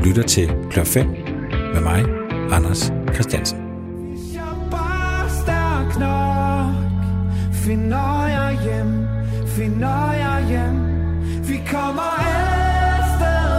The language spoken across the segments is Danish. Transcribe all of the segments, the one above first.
lytter til Klør 5 med mig, Anders Christiansen. Hvis jeg bare stærk nok, finder jeg hjem, vi kommer alle steder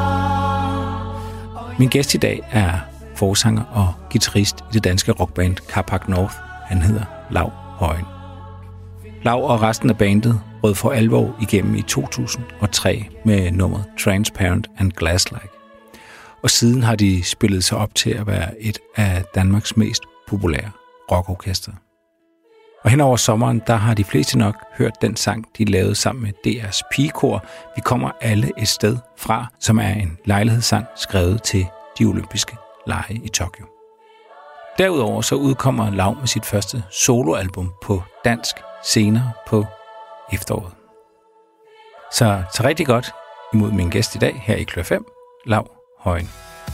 fra. Min gæst i dag er forsanger og guitarist i det danske rockband Carpark North. Han hedder Lau Højen. Lau og resten af bandet brød for alvor igennem i 2003 med nummeret Transparent and Glass-like. Og siden har de spillet sig op til at være et af Danmarks mest populære rockorkester. Og hen over sommeren, der har de fleste nok hørt den sang, de lavede sammen med DR's pigekor. Vi kommer alle et sted fra, som er en lejlighedssang skrevet til de olympiske lege i Tokyo. Derudover så udkommer Lau med sit første soloalbum på dansk senere på efteråret. Så rigtig godt imod min gæst i dag her i Klør 5, Lau Højen.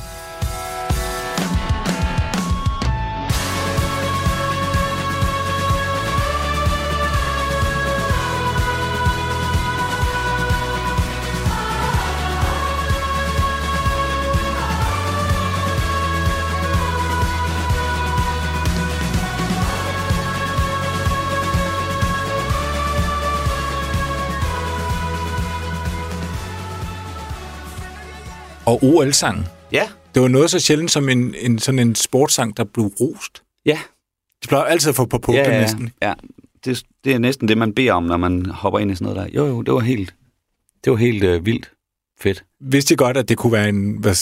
Og OL-sangen. Ja. Det var noget så sjældent som sådan en sportssang, der blev rost. Ja. De plejer altid at få på punkter næsten. Ja, det er næsten det, man beder om, når man hopper ind i sådan noget der. Jo, det var helt vildt fedt. Vidste I godt, at det kunne være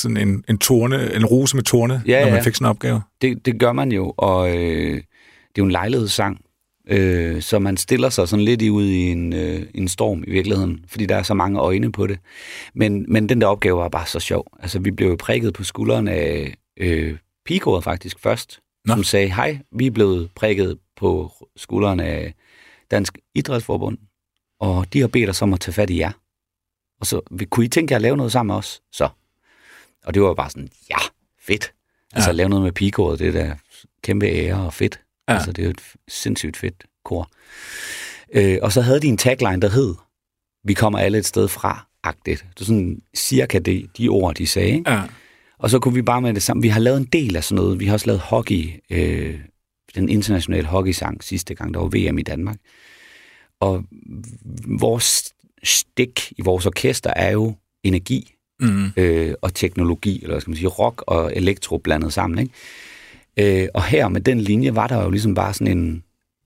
en rose med torne, når man fik sådan en opgave? Det gør man jo, og det er jo en lejlighedssang, så man stiller sig sådan lidt ud i en storm i virkeligheden, fordi der er så mange øjne på det. Men den der opgave var bare så sjov. Altså, vi blev prikket på skulderen af pigekoret faktisk først, som sagde, hej, vi er blevet prikket på skulderen af Dansk Idrætsforbund, og de har bedt os om at tage fat i jer. Og så kunne I tænke jer at lave noget sammen med os? Så. Og det var bare sådan, ja, fedt. Altså, at lave noget med pigekoret, det er da kæmpe ære og fedt. Ja. Altså, det er jo et sindssygt fedt kor. Og så havde de en tagline, der hed, vi kommer alle et sted fra-agtigt. Det er sådan cirka de ord, de sagde. Ikke? Ja. Og så kunne vi bare med det samme. Vi har lavet en del af sådan noget. Vi har også lavet hockey, den internationale hockeysang sidste gang, der var VM i Danmark. Og vores stik i vores orkester er jo energi og teknologi, eller hvad skal man sige, rock og elektro blandet sammen, ikke? Og her med den linje var der jo ligesom bare sådan en...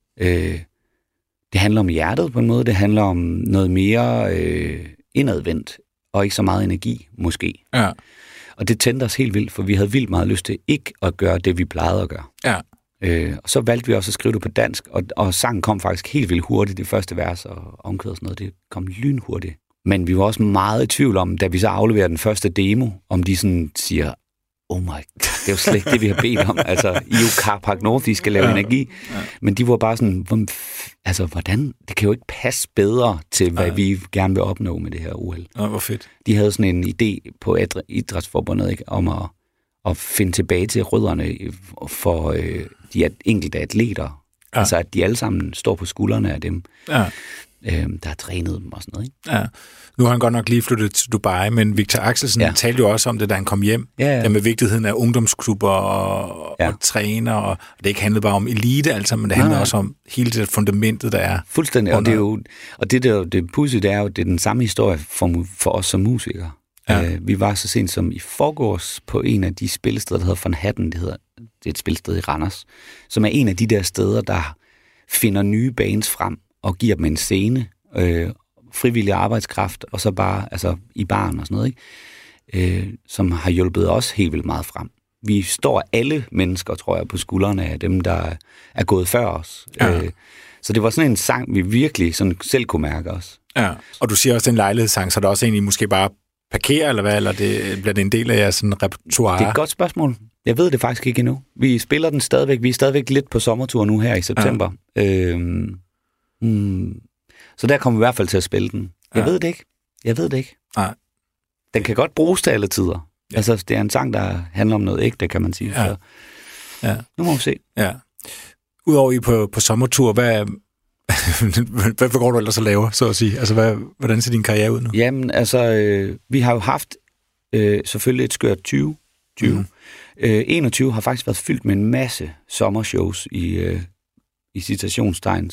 det handler om hjertet på en måde, det handler om noget mere indadvendt, og ikke så meget energi, måske. Ja. Og det tændte os helt vildt, for vi havde vildt meget lyst til ikke at gøre det, vi plejede at gøre. Ja. Og så valgte vi også at skrive det på dansk, og sangen kom faktisk helt vildt hurtigt, det første vers og omkvæd og sådan noget, det kom lynhurtigt. Men vi var også meget i tvivl om, da vi så afleverede den første demo, om de sådan siger, oh my god, det er jo slet ikke det, vi har bedt om. Altså, I er jo Carpark North, de skal lave energi. Ja. Men de var bare sådan, hvordan? Det kan jo ikke passe bedre til, hvad vi gerne vil opnå med det her OL. Ja, hvor fedt. De havde sådan en idé på Idrætsforbundet, ikke, om at finde tilbage til rødderne for de enkelte atleter. Ja. Altså, at de alle sammen står på skuldrene af dem. Ja. Der har trænet dem og sådan noget, ikke? Ja. Nu har han godt nok lige flyttet til Dubai, men Victor Axelsen talte jo også om det, da han kom hjem. Ja. Med vigtigheden af ungdomsklubber og træner, og det ikke handlede bare om elite, altså, men det handler også om hele det fundamentet, der er. Fuldstændig, og det er jo, og det pudsige, det er jo, det er den samme historie for os som musikere. Ja. Vi var så sent som i forgårs på en af de spillesteder, der hedder Von Hatten, det er et spillested i Randers, som er en af de der steder, der finder nye bands frem og giver dem en scene, frivillig arbejdskraft, og så bare altså i baren og sådan noget, ikke? Som har hjulpet os helt vildt meget frem. Vi står alle mennesker, tror jeg, på skuldrene af dem, der er gået før os. Ja. Så det var sådan en sang, vi virkelig sådan selv kunne mærke os. Ja. Og du siger også, en lejlighedssang, så er der også egentlig måske bare parkere, eller hvad? Eller bliver det en del af jeres sådan repertoire? Det er et godt spørgsmål. Jeg ved det faktisk ikke endnu. Vi spiller den stadigvæk. Vi er stadigvæk lidt på sommertur nu her i september. Ja. Så der kommer vi i hvert fald til at spille den. Jeg ved det ikke. Nej. Den kan godt bruges til alle tider. Ja. Altså, det er en sang, der handler om noget ægte, kan man sige. Ja. Så nu må vi se. Ja. Udover I på sommertur, hvad går du ellers at lave, så at sige? Altså, hvordan ser din karriere ud nu? Jamen, altså, vi har jo haft selvfølgelig et skørt 20. 21 har faktisk været fyldt med en masse sommershows i citationstegn.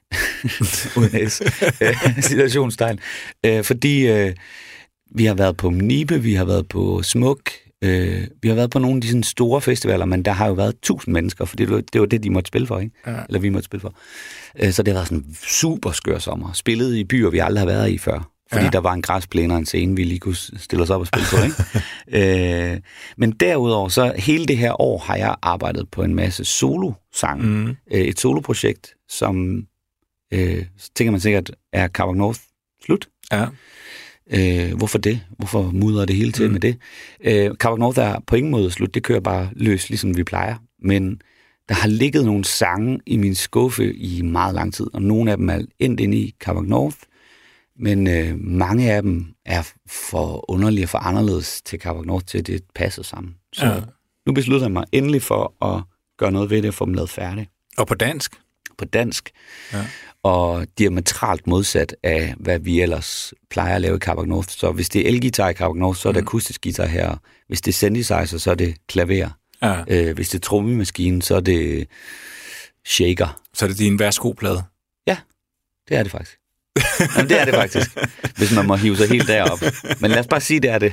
Citationstegn. Fordi vi har været på Nibe, vi har været på Smuk, vi har været på nogle af de sådan store festivaler, men der har jo været 1000 mennesker, for det var det, de måtte spille for, ikke? Ja. Eller vi måtte spille for. Så det har været sådan en super skør sommer. Spillet i byer, vi aldrig har været i før. Fordi der var en græsplæne og en scene, vi lige kunne stille os op og spille på, ikke? Men derudover, så hele det her år har jeg arbejdet på en masse solosange. Et soloprojekt, som tænker man sikkert, er Carbac North slut? Ja. Hvorfor det? Hvorfor mudrer det hele til med det? Carbac North er på ingen måde slut. Det kører bare løs, ligesom vi plejer. Men der har ligget nogle sange i min skuffe i meget lang tid, og nogle af dem er endt ind i Carbac North. Men mange af dem er for underlige og for anderledes til Carbac North, til det passer sammen. Så nu beslutter jeg mig endelig for at gøre noget ved det og få dem lavet færdigt. Og på dansk? På dansk. Ja. Og diametralt modsat af, hvad vi ellers plejer at lave i Carbac North. Så hvis det er elgitar i Carbac North, så er det akustisk guitar her. Hvis det er synthesizer, så er det klaver. Ja. Hvis det er trommemaskine, så er det shaker. Så er det din værsgoplade? Ja, det er det faktisk. Jamen, det er det faktisk, hvis man må hive sig helt derop. Men lad os bare sige, det er det.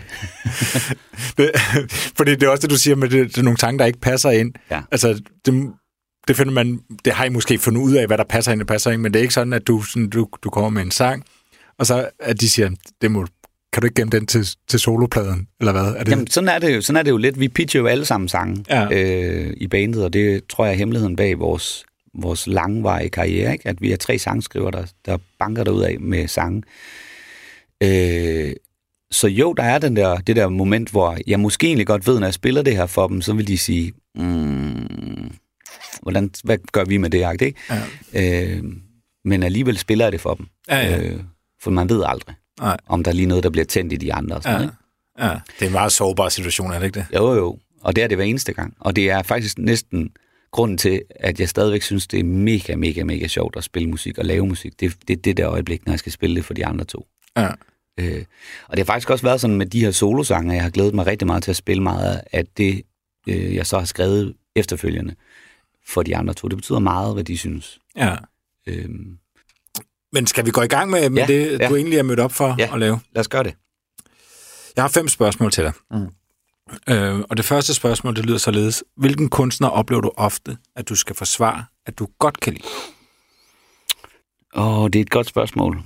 Fordi det er også det, du siger med, det er nogle sange, der ikke passer ind. Ja. Altså, det finder man, det har I måske fundet ud af, hvad der passer ind og passer ind, men det er ikke sådan, at du kommer med en sang, og så at de siger, kan du ikke gemme den til solopladen, eller hvad? Er det? Jamen, sådan er det jo lidt. Vi pitcher jo alle sammen sange i bandet, og det tror jeg er hemmeligheden bag vores langvarige karriere, ikke? At vi er 3 sangskrivere, der banker derud af med sange. Så jo, der er det der moment, hvor jeg måske egentlig godt ved, når jeg spiller det her for dem, så vil de sige, hvad gør vi med det, ikke? Ja. Men alligevel spiller jeg det for dem. Ja. For man ved aldrig, om der er lige noget, der bliver tændt i de andre. Sådan, ikke? Ja. Det er en meget sårbar situation, er det ikke det? Jo. Og det er det hver eneste gang. Og det er faktisk næsten grunden til, at jeg stadigvæk synes, det er mega, mega, mega sjovt at spille musik og lave musik. Det er det der øjeblik, når jeg skal spille det for de andre 2. Ja. Og det har faktisk også været sådan med de her solosange, jeg har glædet mig rigtig meget til at spille meget af det, jeg så har skrevet efterfølgende for de andre 2. Det betyder meget, hvad de synes. Ja. Men skal vi gå i gang med det, du egentlig er mødt op for at lave? Lad os gøre det. Jeg har 5 spørgsmål til dig. Og det første spørgsmål, det lyder således. Hvilken kunstner oplever du ofte, at du skal forsvare, at du godt kan lide? Det er et godt spørgsmål.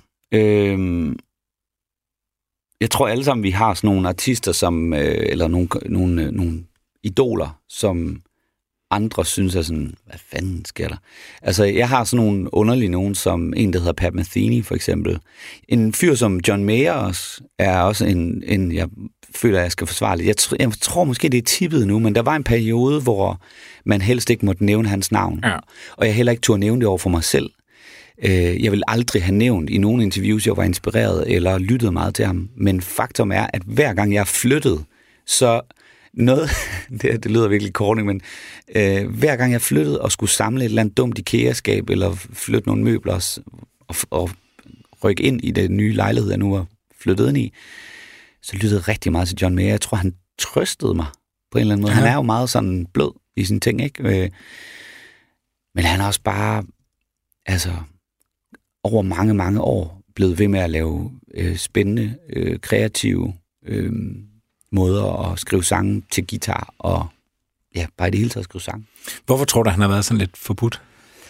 Jeg tror alle sammen, vi har sådan nogle artister, som, eller nogle idoler, som andre synes er sådan, hvad fanden sker der? Altså, jeg har sådan nogle underlige nogen, som en, der hedder Pat Metheny, for eksempel. En fyr som John Mayer også, er også en jeg føler, jeg skal forsvare lidt. Jeg tror måske, det er tippet nu, men der var en periode, hvor man helst ikke måtte nævne hans navn. Ja. Og jeg heller ikke turde nævne det over for mig selv. Jeg vil aldrig have nævnt i nogle interviews, jeg var inspireret eller lyttet meget til ham. Men faktum er, at hver gang jeg er flyttet, så noget, det lyder virkelig corny, men hver gang jeg flyttede og skulle samle et eller andet dumt IKEA-skab, eller flytte nogle møbler og rykke ind i den nye lejlighed, jeg nu var flyttet ind i, så lyttede jeg rigtig meget til John Mayer. Jeg tror, han trøstede mig på en eller anden måde. Han er jo meget sådan blød i sine ting, ikke? Men han er også bare, altså, over mange, mange år blevet ved med at lave spændende, kreative måder at skrive sange til guitar, og ja, bare i det hele taget skrive sange. Hvorfor tror du, han har været sådan lidt forbudt?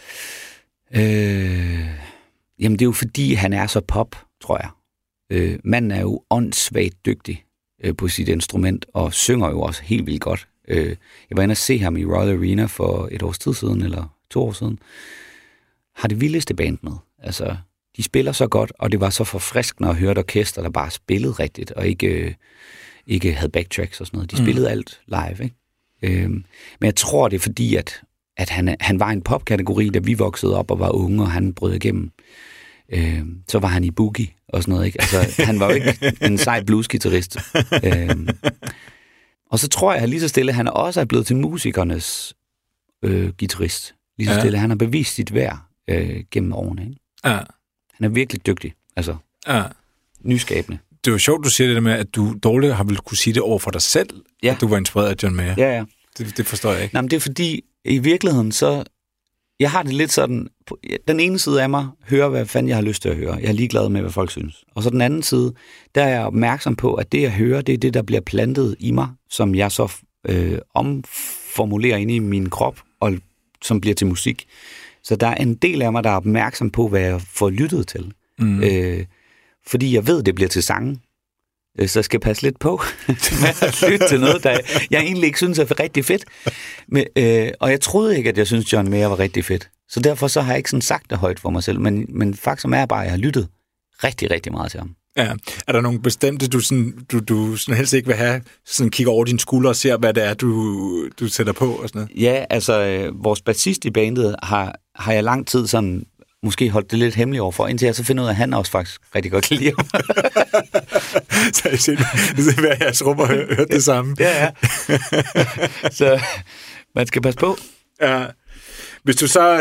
Jamen, det er jo fordi, han er så pop, tror jeg. Manden er jo åndssvagt dygtig på sit instrument, og synger jo også helt vildt godt. Jeg var inde og se ham i Royal Arena for 1 års tid siden, eller 2 år siden. Har det vildeste band med. Altså, de spiller så godt, og det var så forfriskende at høre et orkester, der bare spillede rigtigt, og ikke havde backtracks og sådan noget. De spillede alt live, ikke? Men jeg tror, det er fordi, at han var en popkategori, da vi voksede op og var unge, og han brød igennem. Så var han i boogie og sådan noget, ikke? Altså, han var jo ikke en sej bluesgitarrist. Og så tror jeg lige så stille, han også er blevet til musikernes guitarist. Lige så stille, han har bevist sit værd gennem årene, ikke? Han er virkelig dygtig, altså. Nyskabende. det er jo sjovt, du siger det der med, at du dårligt har vel kunne sige det over for dig selv, at du var inspireret af John Mayer. Ja. Det forstår jeg ikke. Nej, men det er fordi, i virkeligheden, så... Jeg har det lidt sådan... Den ene side af mig hører, hvad fanden jeg har lyst til at høre. Jeg er ligeglad med, hvad folk synes. Og så den anden side, der er jeg opmærksom på, at det, jeg hører, det er det, der bliver plantet i mig, som jeg så omformulerer inde i min krop, og som bliver til musik. Så der er en del af mig, der er opmærksom på, hvad jeg får lyttet til. Fordi jeg ved, det bliver til sange. Så jeg skal passe lidt på med at lytte til noget, der jeg egentlig ikke synes er rigtig fedt. Men, og jeg troede ikke, at jeg synes John Mayer var rigtig fedt. Så derfor så har jeg ikke sådan sagt det højt for mig selv. Men faktisk er bare, at jeg har lyttet rigtig, rigtig meget til ham. Ja. Er der nogle bestemte, du sådan helst ikke vil have, sådan kigger over dine skuldre og ser, hvad det er, du sætter på og sådan noget? Ja, altså vores bassist i bandet har jeg lang tid sådan måske holdt det lidt hemmeligt overfor, indtil jeg så finder ud af, at han også faktisk rigtig godt kan lide ham. Så jeg ser hver jeres rum og hørt det samme. Ja. Så man skal passe på. Ja. Hvis du så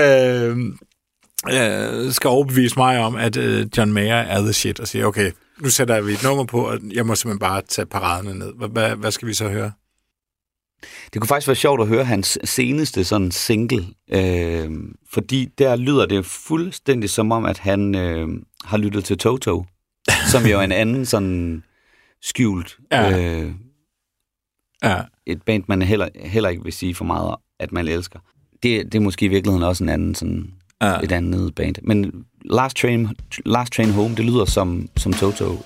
skal overbevise mig om, at John Mayer er the shit, og siger, okay, nu sætter vi et nummer på, og jeg må simpelthen bare tage paraderne ned. Hvad skal vi så høre? Det kunne faktisk være sjovt at høre hans seneste sådan single, fordi der lyder det fuldstændig som om, at han har lyttet til Toto, som jo er en anden sådan skjult et band, man heller ikke vil sige for meget, at man elsker. Det er måske i virkeligheden også en anden sådan et andet band. Men Last Train Home, det lyder som Toto.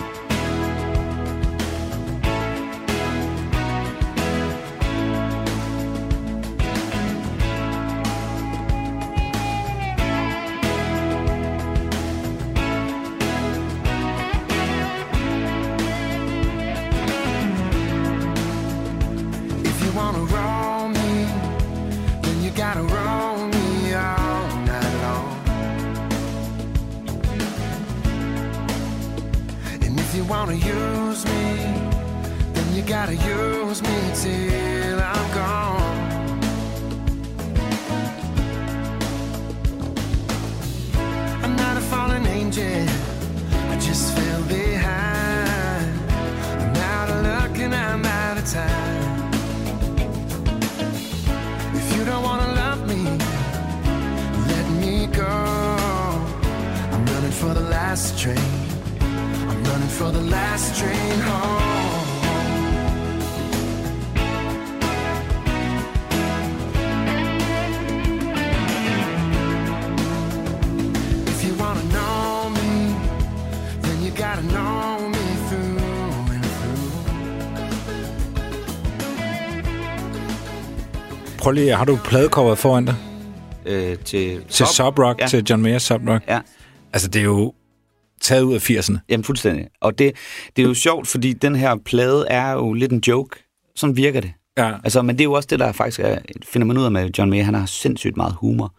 Prøv lige, har du pladecoveret foran dig? Til Subrock, til John Mayers Subrock. Ja. Altså, det er jo taget ud af 80'erne. Jamen, fuldstændig. Og det er jo sjovt, fordi den her plade er jo lidt en joke. Sådan virker det. Ja. Altså, men det er jo også det, der faktisk finder man ud af med John Mayer. Han har sindssygt meget humor.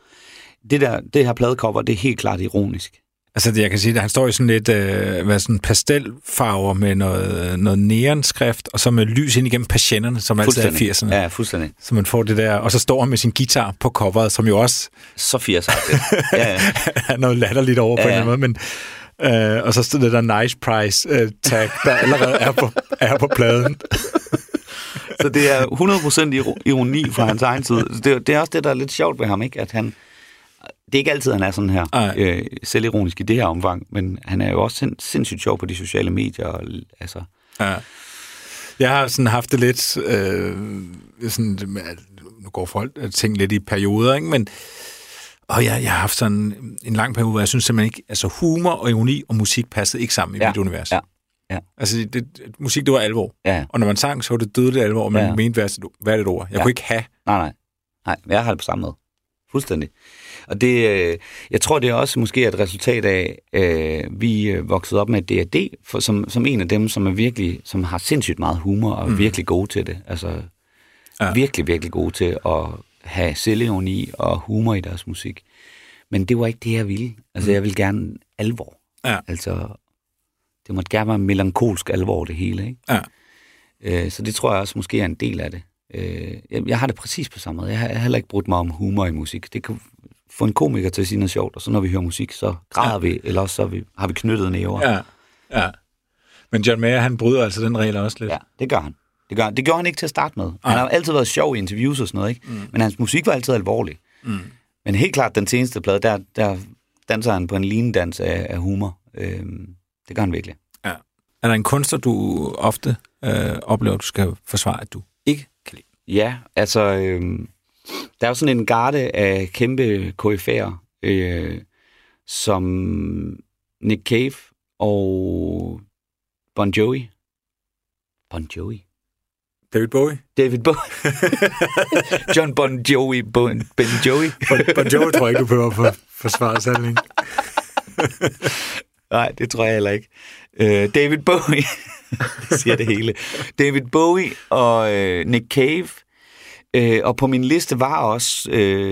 Det her pladecover, det er helt klart ironisk. Altså, jeg kan sige, at han står i sådan lidt sådan pastelfarver med noget neonskrift, og så med lys ind igennem patienterne, som altid er 80'erne. Ja, fuldstændig. Så man får det der, og så står han med sin guitar på coveret, som jo også... Så 80'erne. Ja. er noget latterligt over på en eller anden måde, men... og så står det der nice price tag, der allerede er på pladen. Så det er 100% ironi fra hans egen side. Det er også det, der er lidt sjovt ved ham, ikke? At han... Det er ikke altid, han er sådan her selvironisk i det her omfang, men han er jo også sindssygt sjov på de sociale medier. Og, altså. Ja. Jeg har sådan haft det lidt... sådan, nu går folk ting lidt i perioder, ikke? Men jeg har haft sådan en lang periode, hvor jeg synes simpelthen ikke... Altså humor og ironi og musik passede ikke sammen i mit univers. Ja. Altså musik, det var alvor. Ja. Og når man sang, så var det dødeligt alvor, og man mente hvert et ord. Jeg kunne ikke have... Nej, jeg har det på samme måde. Fuldstændig. Og det, jeg tror, det er også måske et resultat af, vi voksede op med D&D, som en af dem, som er virkelig, som har sindssygt meget humor og er virkelig gode til det. Altså virkelig, virkelig gode til at have selvironi og humor i deres musik. Men det var ikke det, jeg ville. Altså, jeg ville gerne alvor. Ja. Altså, det måtte gerne være melankolsk alvor, det hele, ikke? Ja. Så det tror jeg også måske er en del af det. Jeg har det præcis på samme måde. Jeg har heller ikke brudt mig om humor i musik. Det kan få en komiker til at sige noget sjovt, og så når vi hører musik, så græder vi, eller også så har vi knyttet næver. Ja. Men John Mayer, han bryder altså den regel også lidt. Ja, det gør han. Det gjorde han ikke til at starte med. Han har altid været sjov i interviews og sådan noget, ikke? Men hans musik var altid alvorlig. Men helt klart, den seneste plade, der danser han på en linedans af humor. Det gør han virkelig. Ja. Er der en kunstner, du ofte oplever, du skal forsvare, at du ikke kan lide? Ja, altså, der er jo sådan en garde af kæmpe koryfæer, som Nick Cave og Bon Jovi. David Bowie? John Bon Jovi. Ben Jovi. Bon Jovi tror jeg ikke, du behøver for forsvare salg. Nej, det tror jeg heller ikke. David Bowie, siger det hele. David Bowie og Nick Cave. Og på min liste var også,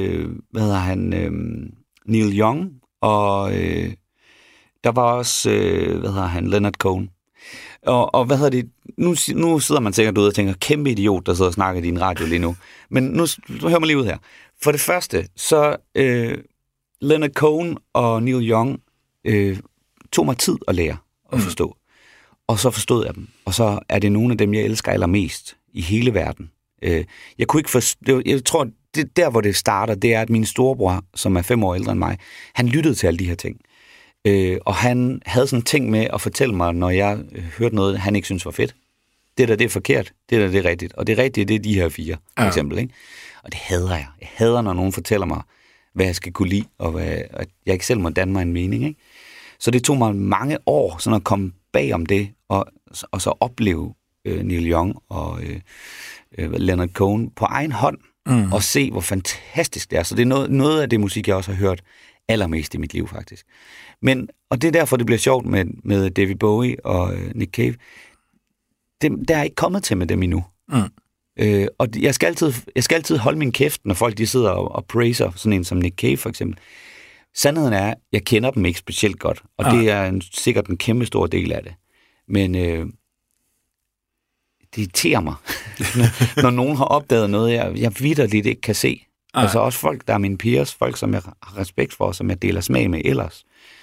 Neil Young, og der var også, Leonard Cohen. Og nu sidder man sikkert ude og tænker, kæmpe idiot, der sidder og snakker i din radio lige nu. Men nu hører man lige ud her. For det første, så Leonard Cohen og Neil Young tog mig tid at lære at forstå. Og så forstod jeg dem. Og så er det nogle af dem, jeg elsker allermest i hele verden. Jeg kunne ikke forstå, jeg tror, det der, hvor det starter, det er, at min storebror, som er 5 år ældre end mig, han lyttede til alle de her ting. Og han havde sådan en ting med at fortælle mig, når jeg hørte noget, han ikke synes var fedt. Det er forkert, det er rigtigt. Og det rigtige, det er de her 4, for eksempel. Ikke? Og det hader jeg. Jeg hader, når nogen fortæller mig, hvad jeg skal kunne lide, og at jeg ikke selv må danne mig en mening. Ikke? Så det tog mig mange år sådan at komme bag om det, og så opleve Neil Young og Leonard Cohen på egen hånd, og se, hvor fantastisk det er. Så det er noget af det musik, jeg også har hørt allermest i mit liv, faktisk. Og det er derfor, det bliver sjovt med David Bowie og Nick Cave. Der er ikke kommet til med dem endnu. Og jeg skal altid holde min kæft, når folk de sidder og praiser, sådan en som Nick Cave for eksempel. Sandheden er, at jeg kender dem ikke specielt godt, og det er sikkert en kæmpe stor del af det. Men det irriterer mig, når nogen har opdaget noget, jeg vitterligt ikke kan se. Altså også folk, der er mine peers, folk, som jeg har respekt for, som jeg deler smag med ellers.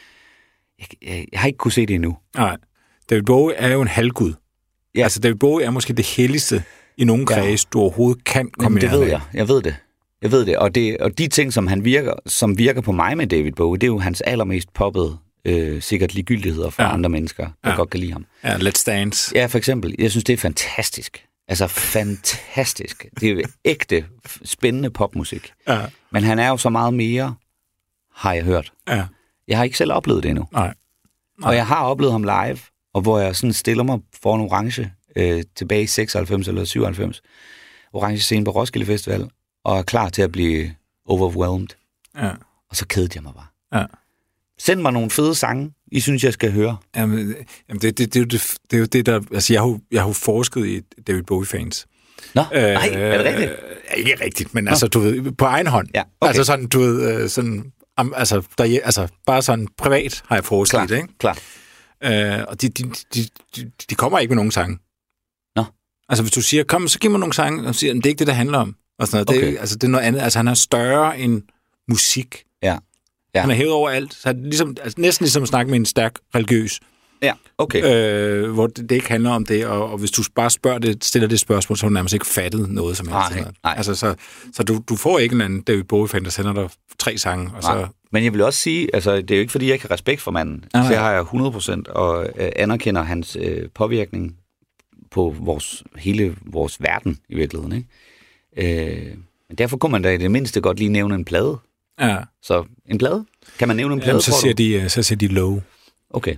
Jeg har ikke kunne se det endnu. Nej. David Bowie er jo en halvgud. Ja. Altså David Bowie er måske det helligste i nogen kreds, du overhovedet kan komme det ved jeg. Jeg ved det. Og de ting, som virker på mig med David Bowie, det er jo hans allermest poppede, sikkert ligegyldigheder for andre mennesker, der godt kan lide ham. Ja, Let's Dance. Ja, for eksempel. Jeg synes, det er fantastisk. Altså fantastisk. Det er jo ægte, spændende popmusik. Ja. Men han er jo så meget mere, har jeg hørt. Ja. Jeg har ikke selv oplevet det endnu. Nej. Og jeg har oplevet ham live, og hvor jeg sådan stiller mig foran orange tilbage i 96 eller 97. Orange scene på Roskilde Festival, og er klar til at blive overwhelmed. Ja. Og så kedede jeg mig bare. Ja. Send mig nogle fede sange, I synes, jeg skal høre. Jamen det er jo det, der... Altså, jeg har jo forsket i David Bowie-fans. Nå, er det rigtigt? Ikke rigtigt, men altså, du ved, på egen hånd. Ja, okay. Altså sådan, du ved, sådan... Altså, bare sådan privat har jeg forsket i det, ikke? Klart. Og de kommer ikke med nogen sange. Nå. Altså, hvis du siger, kom, så giv mig nogle sange, og siger, det er ikke det, der handler om. Og sådan noget. Okay. Det er noget andet. Altså, han er større end musik. Ja. Han er hævet over alt. Så ligesom, næsten ligesom at snakke med en stærk religiøs. Ja, okay. Hvor det ikke handler om det, og hvis du bare stiller det spørgsmål, så har du nærmest ikke fattet noget som helst. Nej. Altså, så du får ikke en eller anden David Bowie-fan, der sender dig 3 sange. Og så... Men jeg vil også sige, altså det er jo ikke, fordi jeg ikke har respekt for manden. Så jeg har jeg 100% og anerkender hans påvirkning på hele vores verden i virkeligheden. Ikke? Men derfor kunne man da i det mindste godt lige nævne en plade. Ja. Så en plade? Kan man nævne en plade? Jamen, så siger de Low. Okay.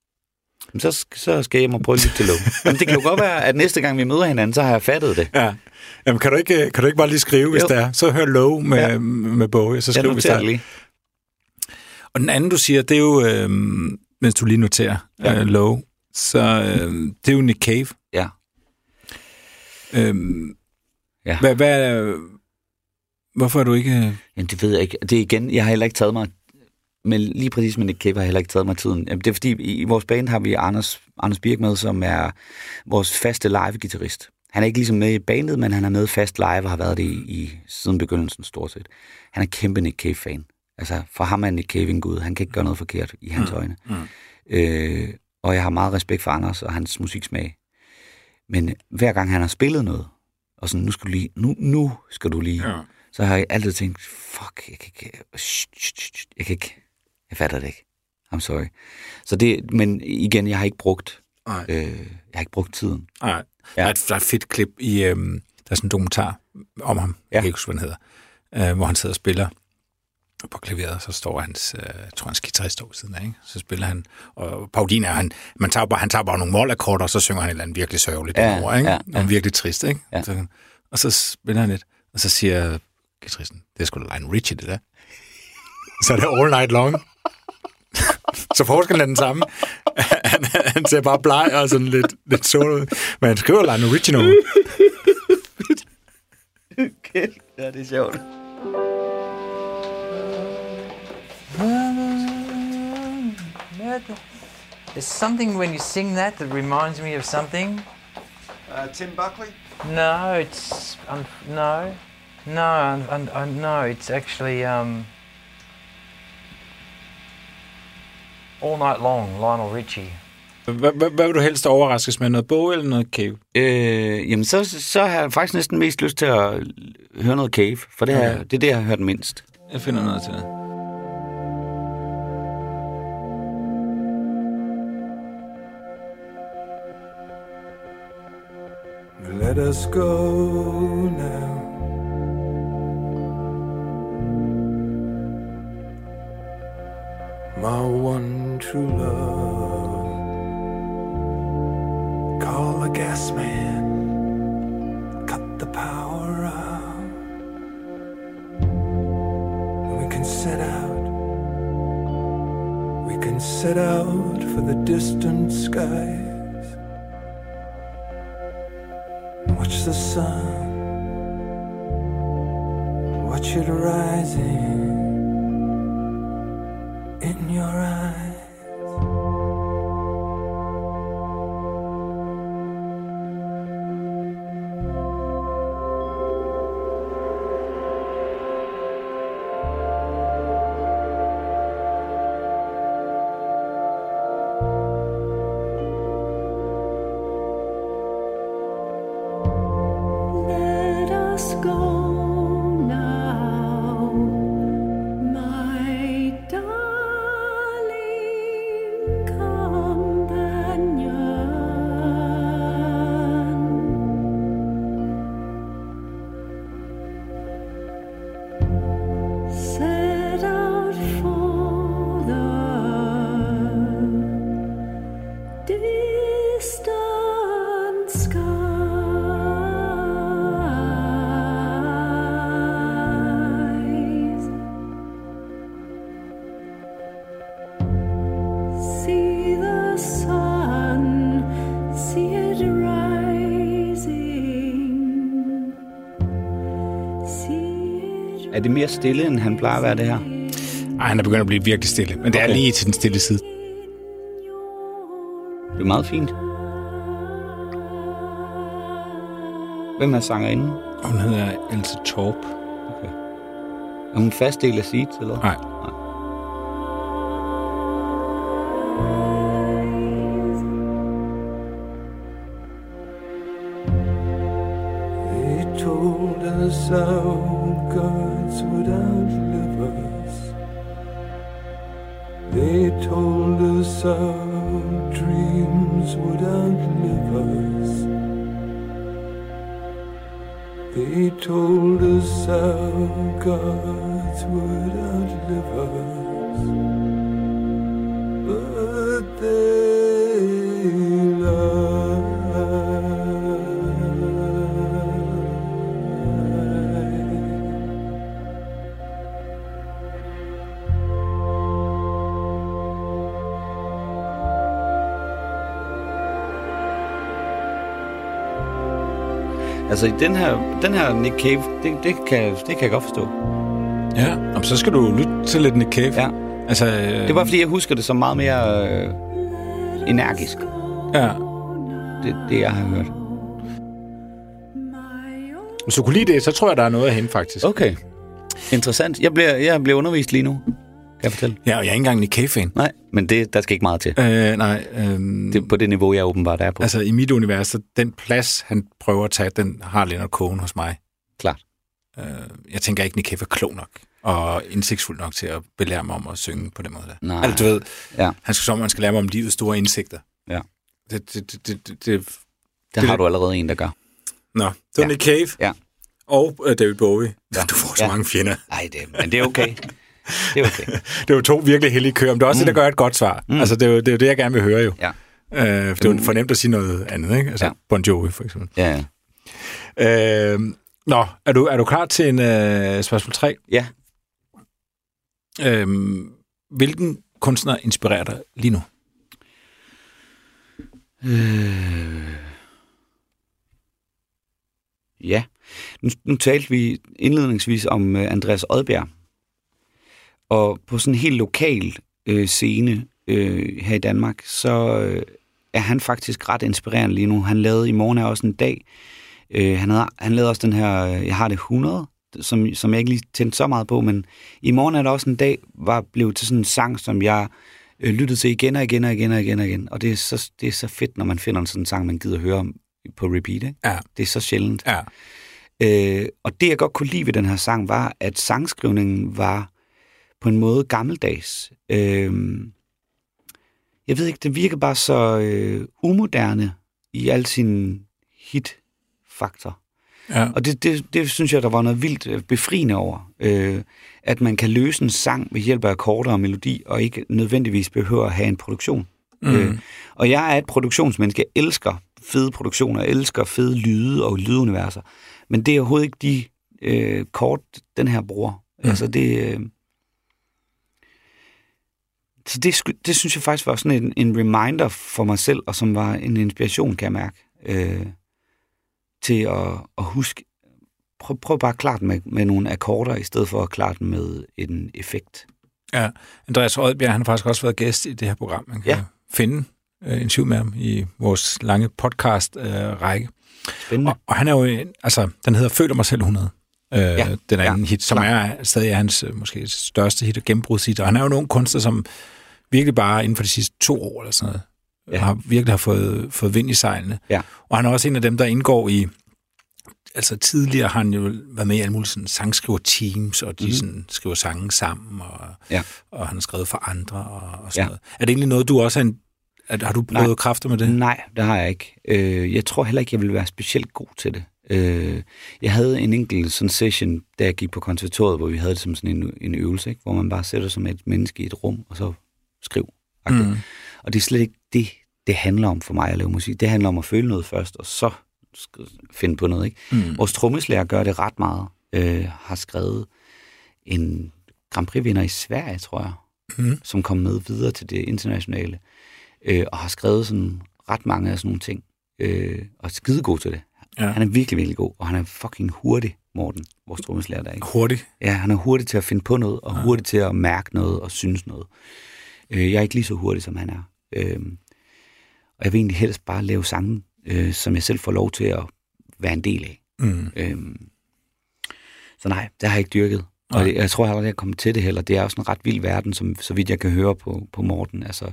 Så skal jeg prøve at lytte til Low. Men det kan jo godt være, at næste gang vi møder hinanden, så har jeg fattet det. Ja. Jamen, kan du ikke bare lige skrive, hvis det er? Så hør Low med Bowie, så skriv, hvis det er. Lige. Og den anden, du siger, det er jo, mens du lige noterer Low, så det er jo Nick Cave. Ja. Hvorfor er du ikke... Jamen, det ved jeg ikke. Det er igen, jeg har heller ikke taget mig... Men lige præcis med Nick Cave har jeg heller ikke taget mig tiden. Jamen, det er fordi, i vores band har vi Anders Birk med, som er vores faste live-gitarrist. Han er ikke ligesom med i bandet, men han er med fast live og har været det i siden begyndelsen stort set. Han er kæmpe Nick Cave-fan. Altså, for ham er Nick Cave en gud. Han kan ikke gøre noget forkert i hans øjne. og jeg har meget respekt for Anders og hans musiksmag. Men hver gang han har spillet noget, og sådan, nu skal du lige, så har jeg altid tænkt, fuck, jeg fatter det ikke. I'm sorry. Så det, men igen, jeg har ikke brugt tiden. Nej. Ja. Der er et fedt klip i, der er sådan en dokumentar om ham, jeg kan ikke huske, hvad han hedder, hvor han sidder og spiller på klaveret, så står hans, jeg tror hans guitarist står ved siden af, ikke? Så spiller han, og parodien er, han tager bare nogle målakkorder, og så synger han et eller andet virkelig sørgeligt over, ikke? Og virkelig trist, ikke? Ja. Og så spiller han lidt, og så siger guitaristen, det er sgu da Lionel Richie, det der. Så er det All Night Long. Så forskellen er den samme. Han ser bare bleg og sådan lidt sol ud, men han skriver Lionel Richie nu. Okay, ja, det er sjovt. There's something when you sing that reminds me of something. Tim Buckley? No, it's no. It's actually All Night Long, Lionel Richie. Hvad vil du helst overraskes med? Noget Bowie eller noget Cave? Jamen, så har jeg faktisk næsten mest lyst til at høre noget Cave, for det er det, jeg har hørt mindst. Jeg finder noget til det. Let us go now. My one true love. Call the gas man. Cut the power out. We can set out. We can set out for the distant skies. Watch the sun, watch it rising in your eyes. Er det mere stille, end han plejer at være det her? Ej, han er begyndt at blive virkelig stille, men det er lige til den stille side. Det er meget fint. Hvem er sangerinde? Hun hedder Else Torp. Okay. Er hun fast del af Seeds, eller? Nej. They told us our gods would outlive us. They told us our dreams would outlive us. They told us our gods would outlive us. But they lied. Altså, den her Nick Cave, det kan jeg godt forstå. Ja, og så skal du lytte til lidt Nick Cave. Ja. Altså, det var, fordi jeg husker det som meget mere energisk. Ja. Det, jeg har hørt. Hvis du kunne lide det, så tror jeg, der er noget af hende, faktisk. Okay. Interessant. Jeg bliver undervist lige nu, jeg fortælle. Ja, og jeg er ikke engang Nick Cave-fan. Nej, men der skal ikke meget til. Det er på det niveau, jeg åbenbart er på. Altså, i mit univers, så den plads, han prøver at tage, den har Leonard Cohen hos mig. Klart. Jeg tænker ikke, Nick Cave er klog nok og indsigtsfuld nok til at belære mig om at synge på den måde der. Nej. Altså, du ved, Ja. man skal lære mig om livets store indsigter. Ja. Det har du allerede en, der gør. Nå, det var Nick Cave og David Bowie. Ja. Du får så mange fjender. Nej, men det er okay. Det er okay. Det var 2 virkelig heldige køer, men det er også det, der gør et godt svar. Altså, det er jo det, jeg gerne vil høre jo. Ja. For det er jo fornemt at sige noget andet, ikke? Altså, Bon Jovi, for eksempel. Ja. Nå, er du klar til en spørgsmål 3? Ja. Hvilken kunstner inspirerer dig lige nu? Ja. Nu talte vi indledningsvis om Andreas Odbjerg. Og på sådan en helt lokal scene her i Danmark, så er han faktisk ret inspirerende lige nu. Han lavede I morgen er også en dag. Han lavede også den her Jeg har det 100, som jeg ikke lige tænkte så meget på, men I morgen er der også en dag, blev til sådan en sang, som jeg lyttede til igen og igen. Og det er så fedt, når man finder sådan en sang, man gider høre på repeat. Ikke? Ja. Det er så sjældent. Ja. Og det, jeg godt kunne lide ved den her sang, var, at sangskrivningen var på en måde gammeldags. Jeg ved ikke, det virker bare så umoderne i al sin hit-faktor. Ja. Og det synes jeg, der var noget vildt befriende over. At man kan løse en sang ved hjælp af akkorder og melodi, og ikke nødvendigvis behøver at have en produktion. Og jeg er et produktionsmenneske. Jeg elsker fede produktioner, jeg elsker fede lyde og lyduniverser. Men det er overhovedet ikke de kort, den her bruger. Altså så det synes jeg faktisk var sådan en reminder for mig selv, og som var en inspiration, kan jeg mærke, til at huske. Prøv bare at klare den med nogle akkorder, i stedet for at klare den med en effekt. Ja, Andreas Odbjerg, han har faktisk også været gæst i det her program. Man kan finde en interview med ham i vores lange podcast-række. Spændende. Og han er jo, den hedder Føler mig selv 100. Den anden hit, som stadig hans måske største hit og gennembrudshit. Og han er jo nogle kunstner, som virkelig bare inden for de sidste 2 år eller sådan noget, virkelig har fået vind i sejlene. Ja. Og han er også en af dem, der indgår i, altså tidligere har han jo været med i alle mulige sådan sangskriver-teams, og de sådan skriver sange sammen, og han har skrevet for andre og sådan noget. Er det egentlig noget, du også har du prøvet kræfter med det? Nej, det har jeg ikke. Jeg tror heller ikke, jeg vil være specielt god til det. Jeg havde en enkelt sådan session, da jeg gik på konservatoriet, hvor vi havde det som sådan en øvelse, ikke? Hvor man bare sætter som et menneske i et rum, og så skriv. Og det er slet ikke det handler om for mig at lave musik. Det handler om at føle noget først, og så finde på noget. Ikke? Vores trommeslager gør det ret meget. Har skrevet en Grand Prix-vinder i Sverige, tror jeg, som kom med videre til det internationale, og har skrevet sådan ret mange af sådan nogle ting, og er skidegod til det. Ja. Han er virkelig, virkelig god, og han er fucking hurtig, Morten, vores trommeslager der. Ikke? Hurtig? Ja, han er hurtig til at finde på noget, og hurtig til at mærke noget og synes noget. Jeg er ikke lige så hurtig, som han er. Og jeg vil egentlig helst bare lave sange, som jeg selv får lov til at være en del af. Så nej, det har jeg ikke dyrket. Og jeg tror heller, at jeg kommer til det heller. Det er også en ret vild verden, som, så vidt jeg kan høre på Morten. Altså,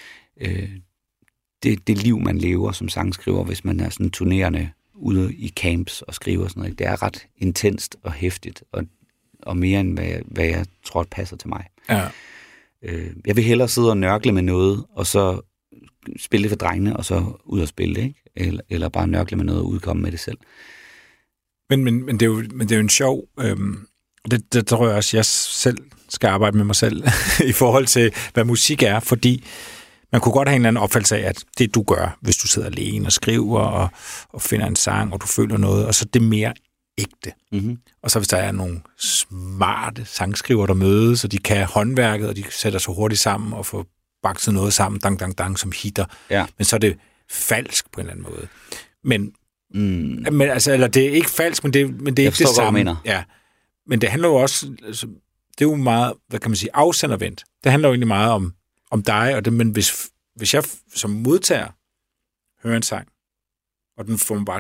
det liv, man lever som sangskriver, hvis man er sådan turnerende ude i camps og skriver sådan noget. Det er ret intenst og hæftigt, og mere end hvad jeg tror, passer til mig. Ja. Jeg vil hellere sidde og nørkle med noget, og så spille det for drengene, og så ud og spille det, ikke? Eller bare nørkle med noget og udkomme med det selv. Men det er jo en sjov... Det tror jeg også, jeg selv skal arbejde med mig selv i forhold til, hvad musik er, fordi man kunne godt have en eller anden opfattelse af, at det du gør, hvis du sidder alene og skriver og finder en sang, og du føler noget, og så det mere ægte. Og så hvis der er nogle smarte sangskriver, der mødes, og de kan håndværket, og de sætter sig hurtigt sammen og får bakset noget sammen, dang, dang, dang, som hitter. Ja. Men så er det falsk på en eller anden måde. Men altså, eller det er ikke falsk, men det er ikke det samme. Ja. Men det handler jo også, altså, det er jo meget, hvad kan man sige, afsendervendt. Det handler jo egentlig meget om dig, og det, men hvis jeg som modtager hører en sang, og den får mig bare til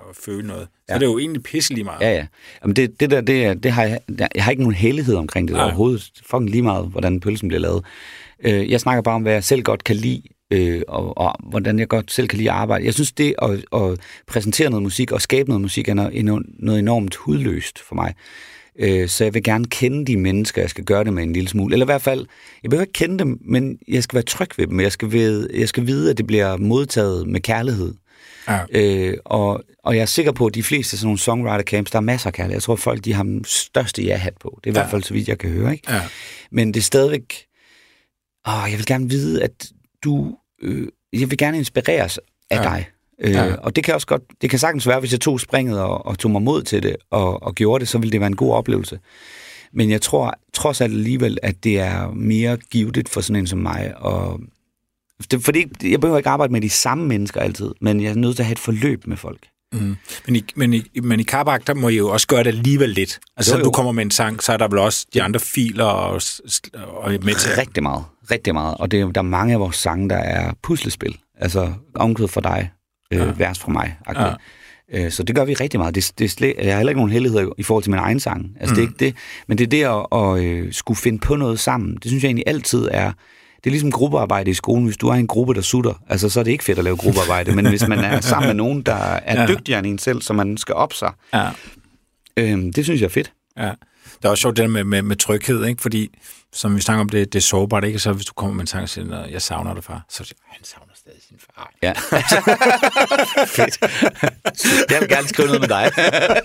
føle noget. Så det er jo egentlig pisselig meget. Ja. Jamen det har jeg har ikke nogen hellighed omkring det overhovedet. Fucking lige meget, hvordan pølsen bliver lavet. Jeg snakker bare om, hvad jeg selv godt kan lide, og hvordan jeg godt selv kan lide at arbejde. Jeg synes, det at præsentere noget musik og skabe noget musik er noget enormt hudløst for mig. Så jeg vil gerne kende de mennesker, jeg skal gøre det med en lille smule. Eller i hvert fald, jeg behøver ikke kende dem, men jeg skal være tryg ved dem. Jeg skal vide, at det bliver modtaget med kærlighed. Ja. Og jeg er sikker på, at de fleste sådan nogle songwriter-camps, der er masser af kærlighed. Jeg tror, at folk de har den største ja-hat på. Det er i hvert fald så vidt, jeg kan høre. Ikke? Ja. Men det er stadigvæk... jeg vil gerne vide, at jeg vil gerne inspireres af dig. Og det kan også godt, det kan sagtens være, hvis jeg tog springet og tog mig mod til det og gjorde det, så ville det være en god oplevelse. Men jeg tror trods alt alligevel, at det er mere givet for sådan en som mig. Fordi jeg behøver ikke arbejde med de samme mennesker altid, men jeg er nødt til at have et forløb med folk. Mm. Men i Carbach, der må I jo også gøre det alligevel lidt. Altså, du kommer med en sang, så er der vel også de andre filer og med til. Rigtig meget. Og der er mange af vores sange, der er puslespil. Altså, omkvæd for dig, vers fra mig. Så det gør vi rigtig meget. Jeg har heller ikke nogen heldighed i forhold til min egen sang. Altså, det er ikke det. Men det er det at skulle finde på noget sammen. Det synes jeg egentlig altid er... Det er ligesom gruppearbejde i skolen. Hvis du er en gruppe, der sutter, altså, så er det ikke fedt at lave gruppearbejde. Men hvis man er sammen med nogen, der er dygtigere end en selv, så man skal op sig, det synes jeg er fedt. Ja. Det er også sjovt det der med tryghed, ikke? Fordi, som vi snakker om, det er sårbart, ikke? Så hvis du kommer med en sang og siger, jeg savner dig, far, så siger han savner stadig sin far. Ja. Fedt. Jeg vil gerne skrive noget med dig.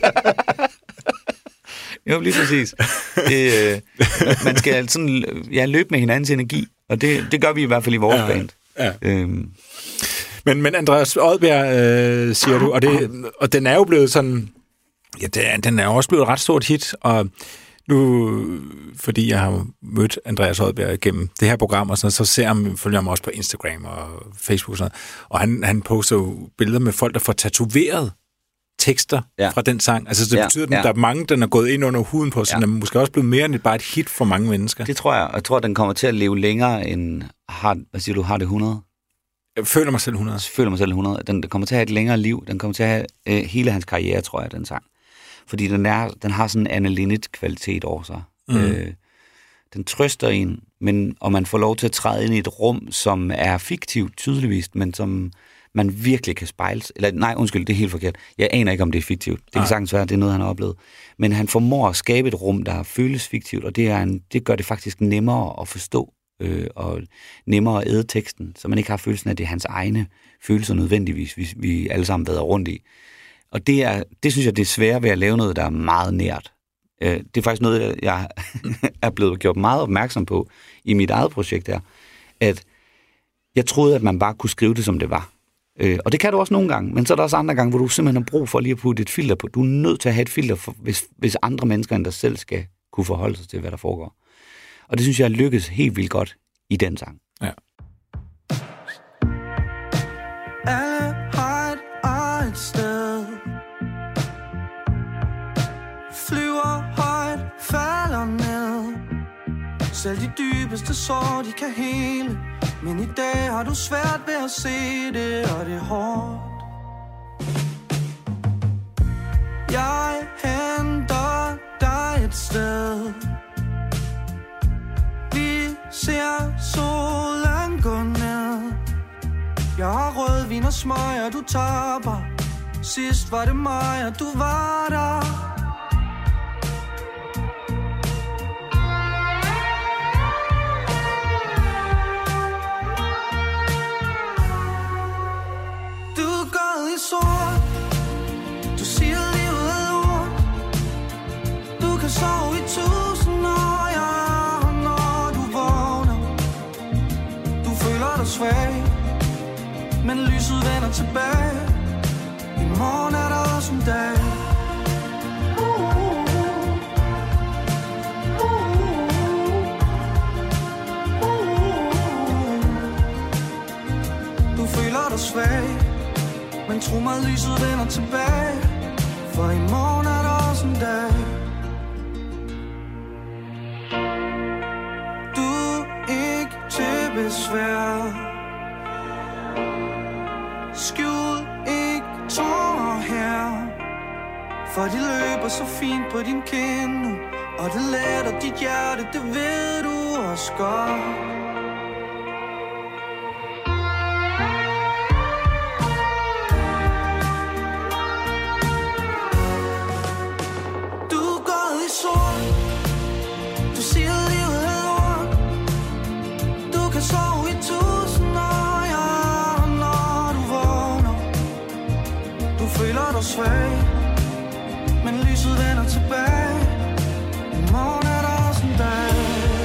Jo, lige præcis. Man skal sådan, løbe med hinandens energi, og det gør vi i hvert fald i vores band. Ja. Men Andreas Odbjerg, siger du, og den er jo blevet sådan... Ja, den er jo også blevet et ret stort hit, og nu, fordi jeg har mødt Andreas Odbjerg gennem det her program, og sådan, så følger jeg ham også på Instagram og Facebook og sådan noget, og han poster jo billeder med folk, der får tatoveret tekster fra den sang. Altså, det betyder, at der er mange, der er gået ind under huden på, så den er måske også blevet mere end bare et hit for mange mennesker. Det tror jeg. Jeg tror, at den kommer til at leve længere end... Hvad siger du? Har det 100? Jeg føler mig selv 100. Den kommer til at have et længere liv. Den kommer til at have hele hans karriere, tror jeg, den sang. Fordi den har sådan en Anne Linnet-kvalitet over sig. Den trøster en, og man får lov til at træde ind i et rum, som er fiktivt, tydeligvis, men som man virkelig kan spejle. Nej, undskyld, det er helt forkert. Jeg aner ikke, om det er fiktivt. Det kan sagtens være, det er noget, han har oplevet. Men han formår at skabe et rum, der føles fiktivt, og det gør det faktisk nemmere at forstå, og nemmere at æde teksten, så man ikke har følelsen af, at det er hans egne følelser nødvendigvis, vi alle sammen vader rundt i. Og det synes jeg, det er svært ved at lave noget, der er meget nært. Det er faktisk noget, jeg er blevet gjort meget opmærksom på i mit eget projekt her, at jeg troede, at man bare kunne skrive det, som det var. Og det kan du også nogle gange, men så er der også andre gange, hvor du simpelthen har brug for lige at putte et filter på. Du er nødt til at have et filter, hvis andre mennesker end dig selv skal kunne forholde sig til, hvad der foregår. Og det synes jeg lykkes helt vildt godt i den sang. Ja. Alle har et eget sted. Flyver højt, falder ned. Selv de dybeste sår, de kan hele. Men i dag har du svært ved at se det, og det er hårdt. Jeg henter dig et sted. Vi ser solen gå ned. Jeg har rødvin og smøg, og du tapper. Sidst var det mig, og du var der. Sort. Du siger livet er lort. Du kan sove i 1000 år, ja, når du vågner. Du føler dig svag, men lyset vender tilbage. I morgen er der også en dag. Du føler dig svag, men tro mig, lyset vender tilbage. For i morgen er der også en dag. Du er ikke til besvær. Skjul ikke tårer her. For de løber så fint på din kind nu, og det letter dit hjerte, det ved du også godt. Du er gået i sort, du siger livet er lort. Du kan sove i 1000 år, ja, når du vågner. Du føler dig svag, men lyset vender tilbage. I morgen er der også en dag.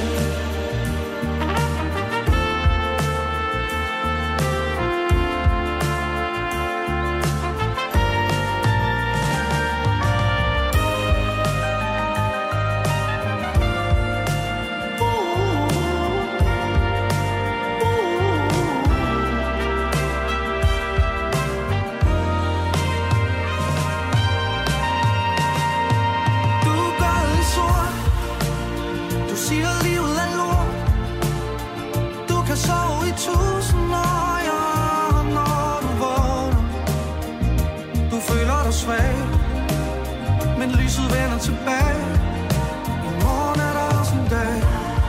Men lyset vender tilbage. I morgen er der også en dag.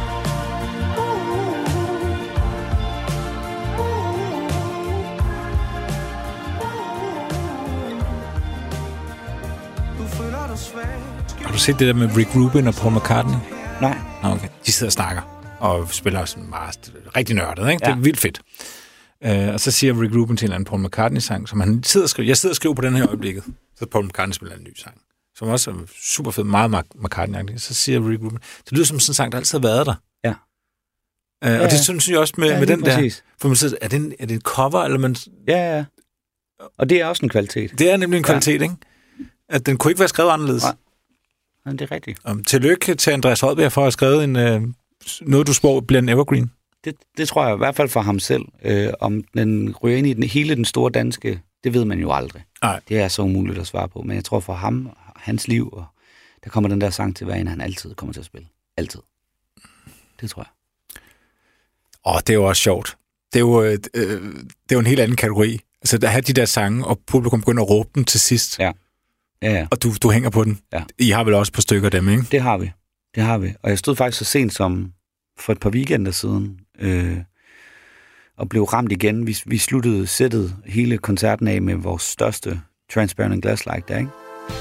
Du føler dig svag. Har du set det der med Rick Rubin og Paul McCartney? Nej. Okay. De sidder og snakker og spiller sådan meget rigtig nørdet, ikke? Ja. Det er vildt fedt. Og så siger Rick Rubin til en eller anden Paul McCartney-sang, som han sidder og skriver. Jeg sidder og skriver på den her øjeblikket. Så Paul McCartney spiller en ny sang, som også er super fed, meget McCartney-agtig. Så siger Rick Rubin, det lyder som sådan en sang, der altid har været der. Ja. Og det synes jeg også med den præcis. der. For man siger, er det en cover, eller man... Ja. Og det er også en kvalitet. Det er nemlig en kvalitet, ikke? At den kunne ikke være skrevet anderledes. Nej. Men det er rigtigt. Tillykke til Andreas Odbjerg for at have skrevet noget, du spår bliver en evergreen. Det tror jeg i hvert fald for ham selv. Om den ryger ind i hele den store danske, det ved man jo aldrig. Nej. Det er så umuligt at svare på. Men jeg tror for ham og hans liv, og der kommer den der sang til, hvad han altid kommer til at spille. Altid. Det tror jeg. Det er jo også sjovt. Det er jo en helt anden kategori. Altså, der er de der sange, og publikum begynder at råbe dem til sidst. Ja. Og du hænger på den. Ja. I har vel også et par stykker af dem, ikke? Det har vi. Og jeg stod faktisk så sent som for et par weekender siden, og blev ramt igen. Vi sluttede sættet hele koncerten af med vores største Transparent and Glass Like der, ikke?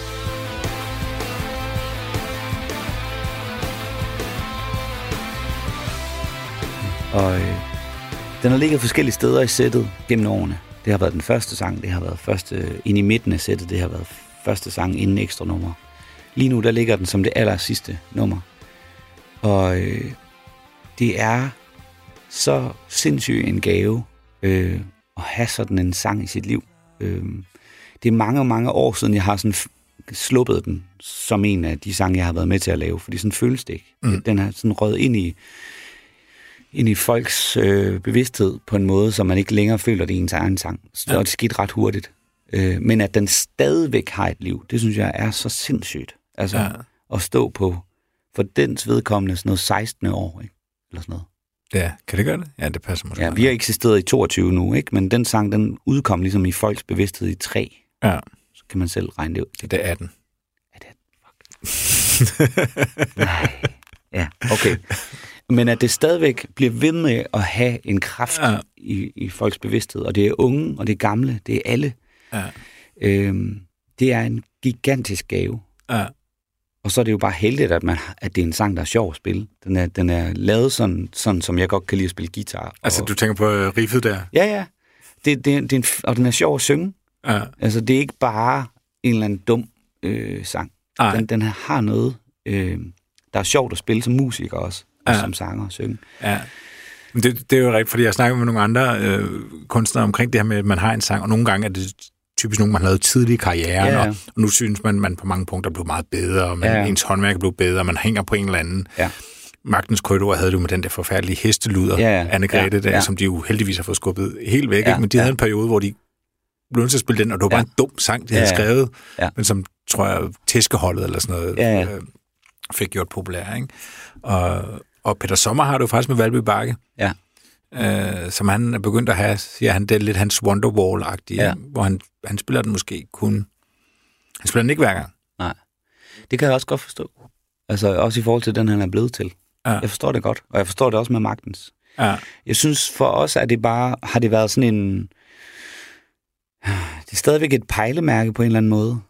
Og den har ligget forskellige steder i sættet gennem årene. Det har været den første sang, det har været første ind i midten af sættet, det har været første sang inden ekstra nummer. Lige nu, der ligger den som det aller sidste nummer. Og det er så sindssygt en gave at have sådan en sang i sit liv. Det er mange, mange år siden, jeg har sådan sluppet den som en af de sange, jeg har været med til at lave, fordi sådan føles det ikke. Den har sådan røget ind i folks bevidsthed på en måde, så man ikke længere føler, det er ens egen sang. Så det skete ret hurtigt. Men at den stadigvæk har et liv, det synes jeg er så sindssygt. Altså at stå på, for dens vedkommende, sådan noget 16. år, ikke? Eller sådan noget. Ja, kan det gøre det? Ja, det passer måske. Ja, vi har eksisteret i 22 nu, ikke? Men den sang, den udkom ligesom i folks bevidsthed i 3. Ja. Så kan man selv regne det ud. Det er 18. Er det 18? Fuck. Nej. Ja, okay. Men at det stadigvæk bliver ved med at have en kraft i folks bevidsthed, og det er unge, og det er gamle, det er alle. Ja. Det er en gigantisk gave. Ja. Og så er det jo bare heldigt, at det er en sang, der er sjov at spille. Den er lavet sådan, som jeg godt kan lide at spille guitar. Altså, du tænker på riffet der? Ja. Og den er sjov at synge. Ja. Altså, det er ikke bare en eller anden dum sang. Den har noget, der er sjovt at spille som musiker også, og som sanger og synge. Ja. Det er jo rigtigt, fordi jeg snakker med nogle andre kunstnere omkring det her med, at man har en sang, og nogle gange er det typisk nogen, man har lavet tidlig i karrieren, og nu synes man på mange punkter er blevet meget bedre, og ens håndværk er blevet bedre, og man hænger på en eller anden. Ja. Magtens Korridor havde du med den der forfærdelige hesteluder, Anne-Grethe, der, som de jo heldigvis har fået skubbet helt væk, ikke? Men de havde en periode, hvor de blev nødt til at spille den, og det var bare en dum sang, de havde skrevet, men som, tror jeg, tæskeholdet eller sådan noget fik gjort populær, ikke? Og Peter Sommer har det jo faktisk med Valby Bakke, som han er begyndt at have, siger han, det er lidt hans Wonderwall-agtige, hvor han spiller den måske kun... Han spiller den ikke hver gang. Det kan jeg også godt forstå. Altså også i forhold til den, han er blevet til. Ja. Jeg forstår det godt, og jeg forstår det også med Magtens. Ja. Jeg synes for os, at det bare har det været sådan en... Det er stadigvæk et pejlemærke på en eller anden måde.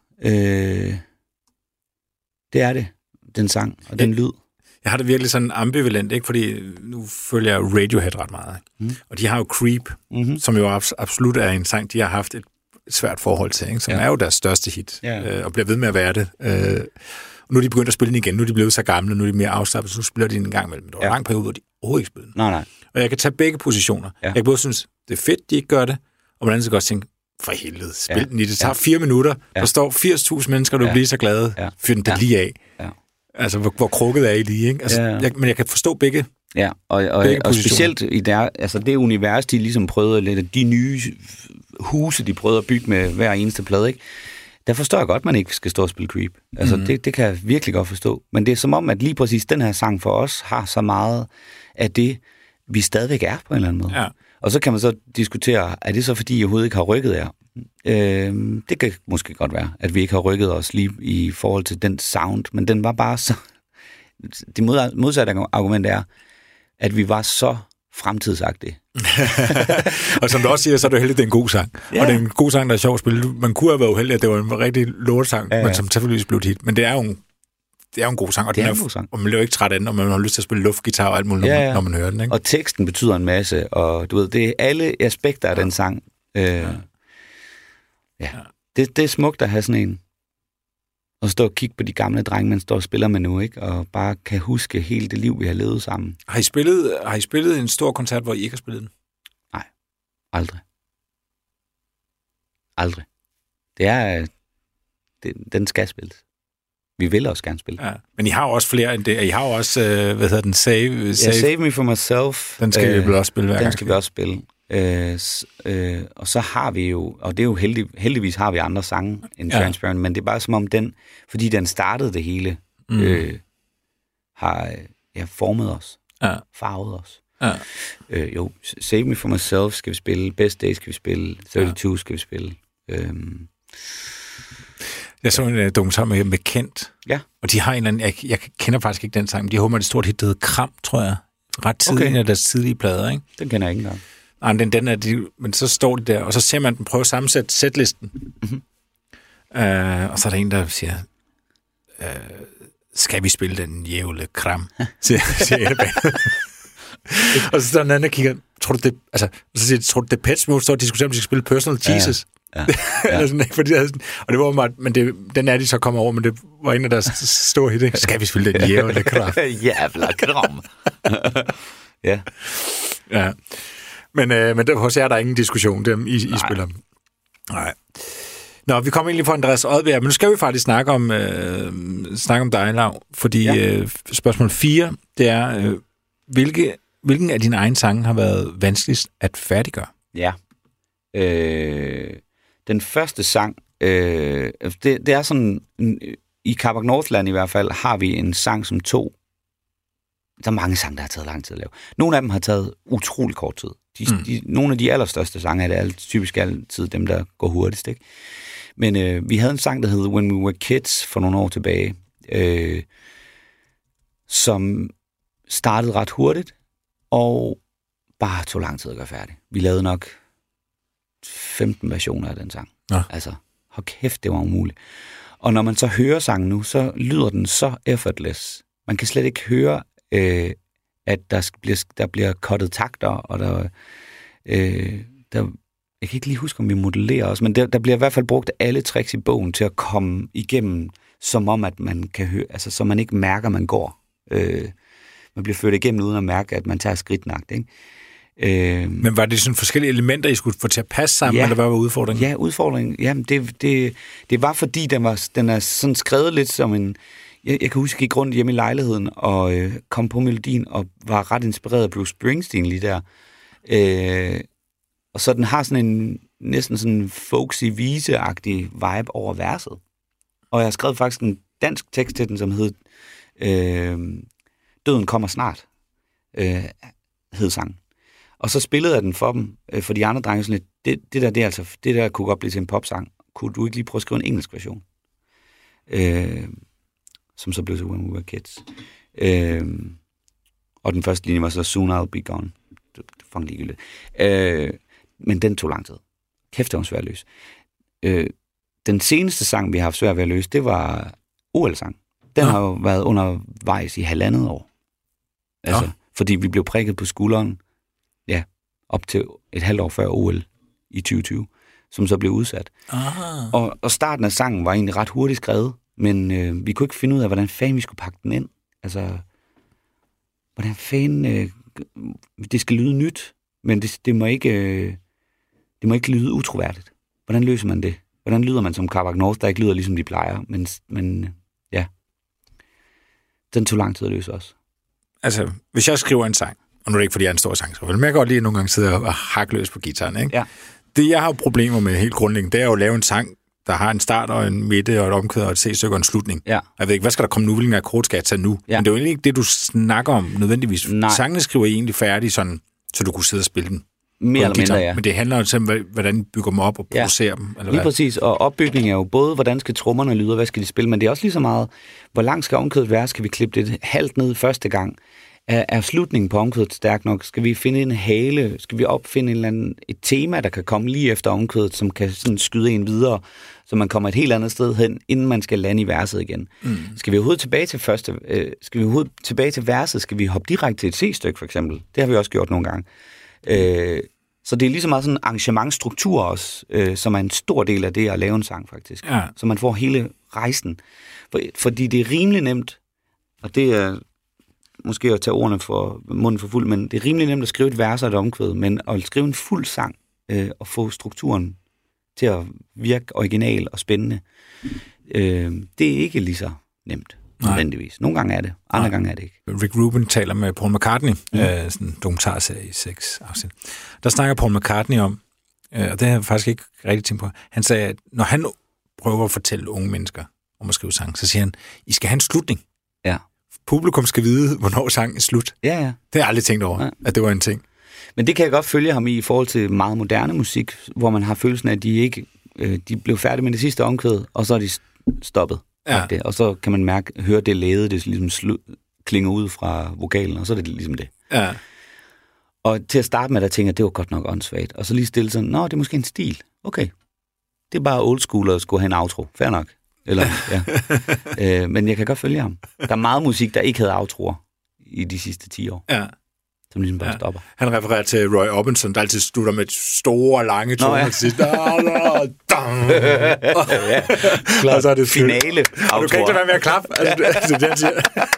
Det er det, den sang og den lyd. Jeg har det virkelig sådan ambivalent, ikke? Fordi nu følger jeg Radiohead ret meget. Og de har jo Creep, som jo absolut er en sang, de har haft et svært forhold til, ikke? Som er jo deres største hit, og bliver ved med at være det. Og nu er de begyndt at spille den igen. Nu er de blevet så gamle, nu er de mere afslappet, så nu spiller de den en gang imellem. Det var en lang periode, hvor de overhovedet ikke spillede den. Nej. Og jeg kan tage begge positioner. Jeg kan både synes, det er fedt, de ikke gør det, og på den anden side godt tænke, for helvede, spil den i. Det tager 4 minutter, der står 80.000 mennesker, og du bliver så glade. Fyr den der lige af. Ja. Altså, hvor krukket er I lige, ikke? Altså, men jeg kan forstå begge. Ja, og specielt i det univers, de ligesom prøvede lidt, de nye huse, de prøvede at bygge med hver eneste plade, ikke? Der forstår jeg godt, at man ikke skal stå og spille Creep. Altså, det kan jeg virkelig godt forstå. Men det er som om, at lige præcis den her sang for os har så meget af det, vi stadigvæk er på en eller anden måde. Ja. Og så kan man så diskutere, er det så fordi, I overhovedet ikke har rykket jer? Det kan måske godt være, at vi ikke har rykket os lige i forhold til den sound, men den var bare så... Det modsatte argument er, at vi var så fremtidsagtige. Og som du også siger, så er det heldigt, det er en god sang. Og det er en god sang, der er sjov at spille. Man kunne have været uheldig, at det var en rigtig lortesang, men som selvfølgelig blev et hit. Men det er jo en god sang, og den er god og man bliver jo ikke træt af den, og man har lyst til at spille luftgitar og alt muligt, når man hører den. Ikke? Og teksten betyder en masse, og du ved, det er alle aspekter af den sang. Det er smukt at have sådan en. Og stå og kigge på de gamle drenge, man står og spiller med nu, ikke? Og bare kan huske hele det liv, vi har levet sammen. Har I spillet en stor koncert, hvor I ikke har spillet den? Nej, aldrig. Aldrig. Den skal spilles. Vi vil også gerne spille. Ja, men I har jo også flere end det. I har jo også, Save Me For Myself. Den skal vi også spille hver gang. Den skal vi også spille. Og så har vi jo, og det er jo heldigvis har vi andre sange end Transparent, men det er bare som om den, fordi den startede det hele, har formet os, farvet os. Jo, Save Me For Myself skal vi spille, Best Days skal vi spille, 32 skal vi spille. Jeg så en dokumentar med Kent, og de har en eller anden, jeg kender faktisk ikke den sang, men de håber, det er et stort hit, der hedder Kram, tror jeg, ret tidligt af deres tidlige plader, ikke? Den kender jeg ikke engang. Nej, den er de, men så står de der, og så ser man den prøve at sammensætte setlisten. Og så er der en, der siger, skal vi spille den jævle Kram? siger og så står den anden, der kigger, tror du det Pet Mode står og diskuterer, om de skal spille Personal Jesus? Eller sådan, fordi og det var meget, men den er de så kommet over, men det var en af deres store hit, ikke? Skal vi spille den jævle Kram? Jævla Kram. Ja. Men der, hos jer er der ingen diskussion, dem I spiller. Nej. Nå, vi kommer egentlig fra Andreas Odbjerg, men nu skal vi faktisk snakke om dig, Lau, fordi spørgsmål 4, det er, hvilken af dine egne sange har været vanskeligst at færdiggøre? Ja. Den første sang, det er sådan, i Carpac Northland i hvert fald, har vi en sang som 2. Der er mange sange, der har taget lang tid at lave. Nogle af dem har taget utrolig kort tid. Nogle af de allerstørste sange er det typisk altid dem, der går hurtigst, ikke? Men vi havde en sang, der hed When We Were Kids for nogle år tilbage, som startede ret hurtigt, og bare tog lang tid at gøre færdig. Vi lavede nok 15 versioner af den sang. Ja. Altså, hold kæft, det var umuligt. Og når man så hører sangen nu, så lyder den så effortless. Man kan slet ikke høre, at der bliver cuttet takter, og jeg kan ikke lige huske, om vi modellerer os, men der bliver i hvert fald brugt alle tricks i bogen til at komme igennem, som om, at man kan høre, altså så man ikke mærker, at man går. Man bliver ført igennem, uden at mærke, at man tager skridtnagt, ikke? Men var det sådan forskellige elementer, I skulle få til at passe sammen, eller hvad var udfordringen? Ja, udfordringen, jamen det var, fordi den er sådan skrevet lidt som en... Jeg kan huske, at jeg gik rundt hjemme i lejligheden og kom på melodien og var ret inspireret af Bruce Springsteen lige der. Og så den har sådan en næsten sådan folksy, viseagtig vibe over verset. Og jeg har skrevet faktisk en dansk tekst til den, som hed Døden kommer snart, hed sangen. Og så spillede jeg den for dem, for de andre drenge sådan lidt, det der kunne godt blive til en popsang. Kunne du ikke lige prøve at skrive en engelsk version? som så blev til When We Were Kids. Og den første linje var så Soon I'll Be Gone. Det er fucking ligegyldigt. Men den tog lang tid. Kæft, det var svært at løse. Den seneste sang, vi har haft svært ved at løse, det var OL-sang. Den har jo været undervejs i 1,5 år. Altså, fordi vi blev prikket på skulderen, op til et halvt år før OL i 2020, som så blev udsat. Og starten af sangen var egentlig ret hurtigt skrevet, men vi kunne ikke finde ud af, hvordan fanden vi skulle pakke den ind. Altså, hvordan fanden... det skal lyde nyt, men det må ikke lyde utroværdigt. Hvordan løser man det? Hvordan lyder man som Carpac North, der ikke lyder ligesom de plejer? Men ja, den tog lang tid at løse også. Altså, hvis jeg skriver en sang, og nu er det ikke, fordi jeg er en stor sangskriver, men jeg kan godt lide nogle gange sidde og hakke løs på guitaren, ikke? Ja. Det, jeg har problemer med helt grundlæggende, det er jo at lave en sang, der har en start og en midte og et omkvæd og et C-stykke og en slutning. Ja. Jeg ved ikke, hvad skal der komme nu? Hvilken akkord skal jeg tage nu? Ja. Men det er jo egentlig ikke det, du snakker om nødvendigvis. Nej. Sangene skriver I egentlig færdig, sådan, så du kunne sidde og spille den. Mere eller mindre, ja. Men det handler om, hvordan I bygger dem op og producerer dem. Eller lige præcis, og opbygning er jo både, hvordan skal trommerne lyde, og hvad skal de spille, men det er også lige så meget, hvor langt skal omkvædet være? Skal vi klippe det halvt ned første gang? Er slutningen på omkvædet stærk nok? Skal vi finde en hale? Skal vi opfinde et tema, der kan komme lige efter omkvædet, som kan sådan skyde en videre, så man kommer et helt andet sted hen, inden man skal lande i verset igen? Skal vi overhovedet tilbage til verset? Skal vi hoppe direkte til et C-stykke, for eksempel? Det har vi også gjort nogle gange. Så det er lige så meget sådan en arrangementsstruktur også, som er en stor del af det at lave en sang, faktisk. Ja. Så man får hele rejsen. Fordi det er rimelig nemt, og det er måske at tage ordene for munden for fuld, men det er rimelig nemt at skrive et vers og et omkvæd, men at skrive en fuld sang og få strukturen til at virke original og spændende, det er ikke lige så nemt. Nødvendigvis. Nogle gange er det, andre gange er det ikke. Rick Rubin taler med Paul McCartney, sådan en dokumentarserie i 6 afsnit. Der snakker Paul McCartney om, og det har jeg faktisk ikke rigtig tænkt på, han sagde, at når han prøver at fortælle unge mennesker om at skrive sang, så siger han, I skal have en slutning. Ja. Publikum skal vide, hvornår sangen er slut. Ja. Det har jeg aldrig tænkt over, at det var en ting. Men det kan jeg godt følge ham i forhold til meget moderne musik, hvor man har følelsen af, at de blev færdige med det sidste omkvæd, og så er de stoppet. Ja. Og så kan man høre det læde, det ligesom klinger ud fra vokalen, og så er det ligesom det. Ja. Og til at starte med, der tænker jeg, det var godt nok åndssvagt. Og så lige stille sådan, det er måske en stil. Okay. Det er bare old school at skulle have en outro. Fair nok. Eller, ja. Men jeg kan godt følge ham. Der er meget musik, der ikke havde outroer i de sidste 10 år. Ja. Som ligesom bare stopper. Han refererer til Roy Orbison, der altid slutter med store, lange toner. Og så er det finale. Og du kan ikke være med at klappe. Ja. Altså, det er det,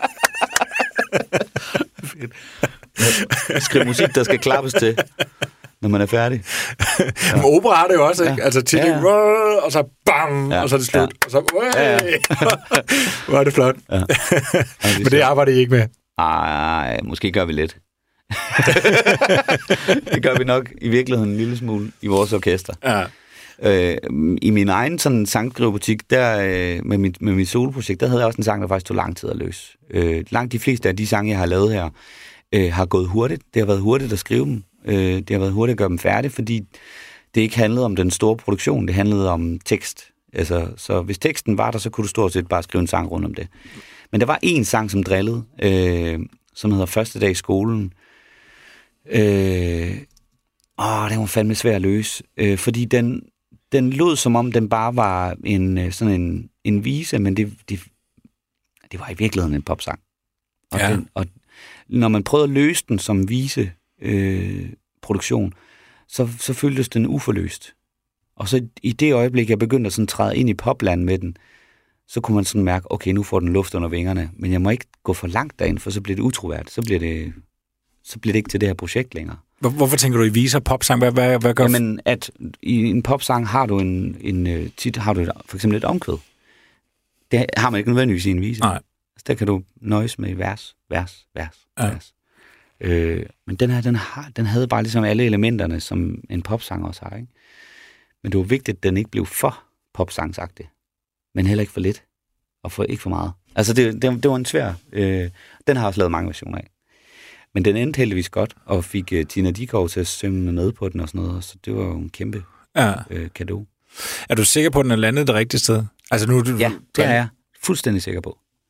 Skriv musik, der skal klappes til, når man er færdig. Ja. Men opera har det jo også, ikke? Altså til og så bam, og så er det slut. Og så, hvor er det flot. Ja. Men det arbejder I ikke med? Nej, måske gør vi lidt. Det gør vi nok i virkeligheden en lille smule i vores orkester. Ja. I min egen sådan sangskrivebutik, der med mit soloprojekt, der havde jeg også en sang, der faktisk tog lang tid at løse. Langt de fleste af de sange, jeg har lavet her, har gået hurtigt. Det har været hurtigt at skrive dem. Det har været hurtigt at gøre dem færdige, fordi det ikke handlede om den store produktion, det handlede om tekst. Altså, så hvis teksten var der, så kunne du stort set bare skrive en sang rundt om det. Men der var en sang, som drillede, som hedder Første dag i skolen. Det var fandme svært at løse, fordi den lød som om, den bare var en vise, men det var i virkeligheden en popsang. Og når man prøvede at løse den som vise produktion, så føltes den uforløst. Og så i det øjeblik, jeg begyndte at sådan træde ind i popland med den, så kunne man sådan mærke, okay, nu får den luft under vingerne, men jeg må ikke gå for langt derind, for så bliver det utroværdigt. Så bliver det ikke til det her projekt længere. Hvorfor tænker du, I viser popsang? Hvad gør? Jamen, at i en popsang har du tit har du for eksempel et omkvæd. Det har man ikke nødvendigvis i en vise. Nej. Så der kan du nøjes med vers. Men den havde bare ligesom alle elementerne, som en popsang også har, ikke? Men det var vigtigt, at den ikke blev for popsangsagtig, men heller ikke for lidt, og ikke for meget. Altså, det var en svær... den har jeg også lavet mange versioner af. Men den endte heldigvis godt, og fik Tina Dickow til at synge med på den og sådan noget, så det var jo en kæmpe cadeau. Er du sikker på, at den er landet det rigtige sted? Altså nu, ja, det er jeg fuldstændig sikker på.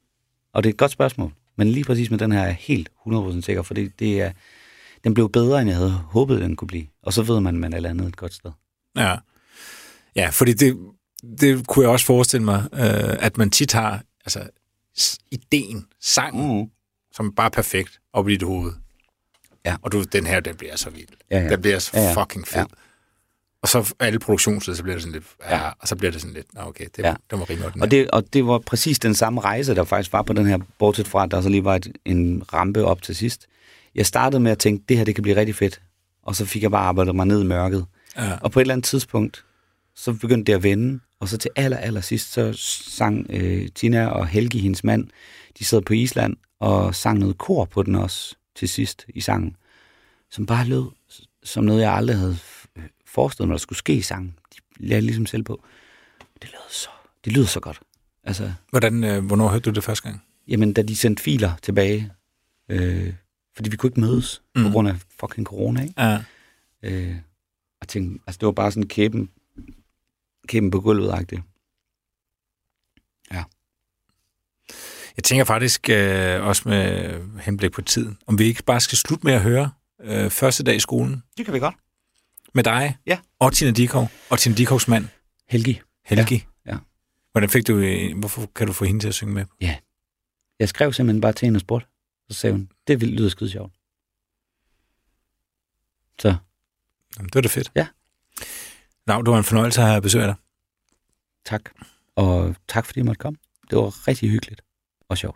Og det er et godt spørgsmål. Men lige præcis med den her er jeg helt 100% sikker, for den blev bedre, end jeg havde håbet, den kunne blive. Og så ved man er landet et godt sted. Ja, ja, fordi det kunne jeg også forestille mig, at man tit har altså, ideen, sangen, som bare er perfekt op i dit hoved. Ja. Og den her, den bliver så vild. Ja. Den bliver så fucking fed. Ja. Og så alle produktionsled, så bliver det sådan lidt... Ja, og så bliver det sådan lidt... Okay, det var rimelig godt. Og det var præcis den samme rejse, der faktisk var på den her, bortset fra, at der så lige var en rampe op til sidst. Jeg startede med at tænke, det her, det kan blive rigtig fedt. Og så fik jeg bare arbejdet mig ned i mørket. Ja. Og på et eller andet tidspunkt, så begyndte det at vende. Og så til aller sidst, så sang Tina og Helgi, hendes mand, de sad på Island og sang noget kor på den også til sidst i sangen. Som bare lød som noget, jeg aldrig havde forestillet mig, der skulle ske i sangen. De lagde ligesom selv på. Det lyder så godt. Altså, hvornår hørte du det første gang? Jamen, da de sendte filer tilbage. Fordi vi kunne ikke mødes på grund af fucking corona, ikke? Ja. Og tænkte, altså det var bare sådan kæben på gulvet-agtigt. Ja. Jeg tænker faktisk også med henblik på tiden, om vi ikke bare skal slutte med at høre første dag i skolen. Det kan vi godt. Med dig? Ja. Og Tina Dickow. Og Tina Dickows mand? Helgi. Ja. Hvordan fik du... Hvorfor kan du få hende til at synge med? Ja. Jeg skrev simpelthen bare til hende og spurgte. Så sagde hun, det lyder skide sjovt. Så. Jamen, det var det fedt. Ja. Lav, det var en fornøjelse at have besøg af dig. Tak. Og tak fordi jeg måtte komme. Det var rigtig hyggeligt og sjovt.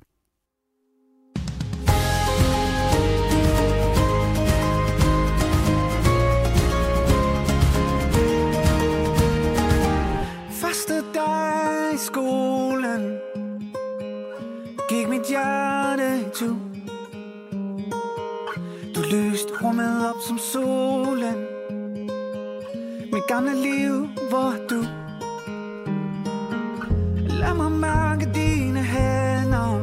Første dag i skolen gik mit hjerte i tu. Du lyste rummet op som solen. Mit gamle liv, hvor du lad mig mærke dine hænder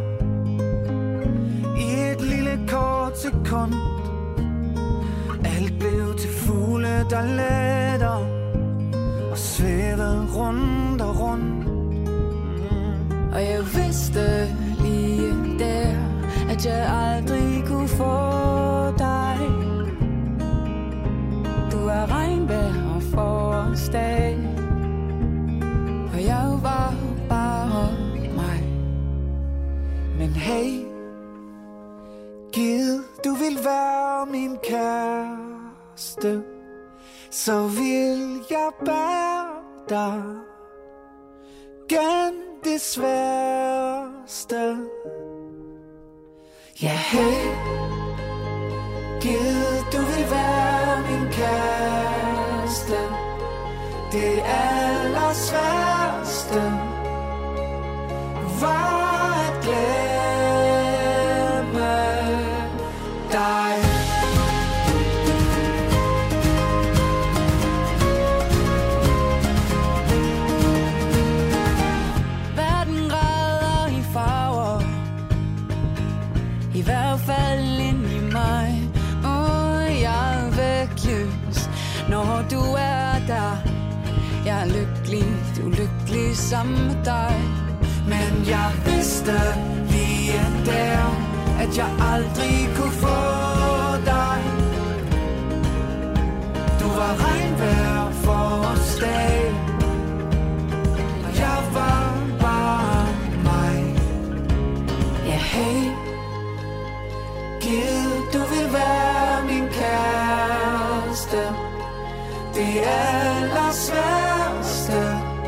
i et lille kort sekund. Alt blev til fugle, der letter og svævede rundt og rundt. Og jeg vidste lige der, at jeg aldrig kunne få dig. Du er regnvejr og forårsdag, og jeg var bare mig. Men hey, gid du vil være min kæreste, så vil jeg bære dig gennem det sværeste. Ja, hey, gid du vil være min kæreste, det allersværeste var at glemme dig. Verden græder i farver, i hvert fald ind i mig. Jeg er vægtløs, når du er der. Jeg er lykkelig, du er lykkelig sammen med dig. Men jeg vidste lige der, at jeg aldrig kunne få dig. Du var regnvejr forårsdag, og jeg var bare mig. Ja, hey, gid du vil være min kæreste, det allersværeste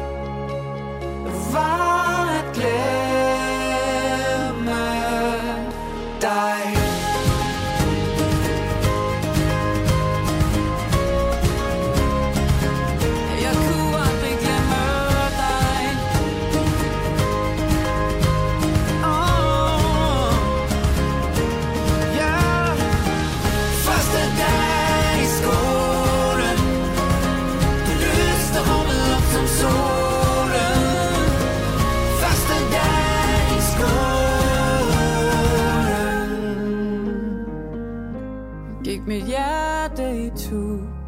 var at glemme dig. Jeg kunne aldrig glemme dig. Yeah. Første dag i skolen, du lyste rummet op som solen. Første dag i skolen Gik mit hjerte i tu.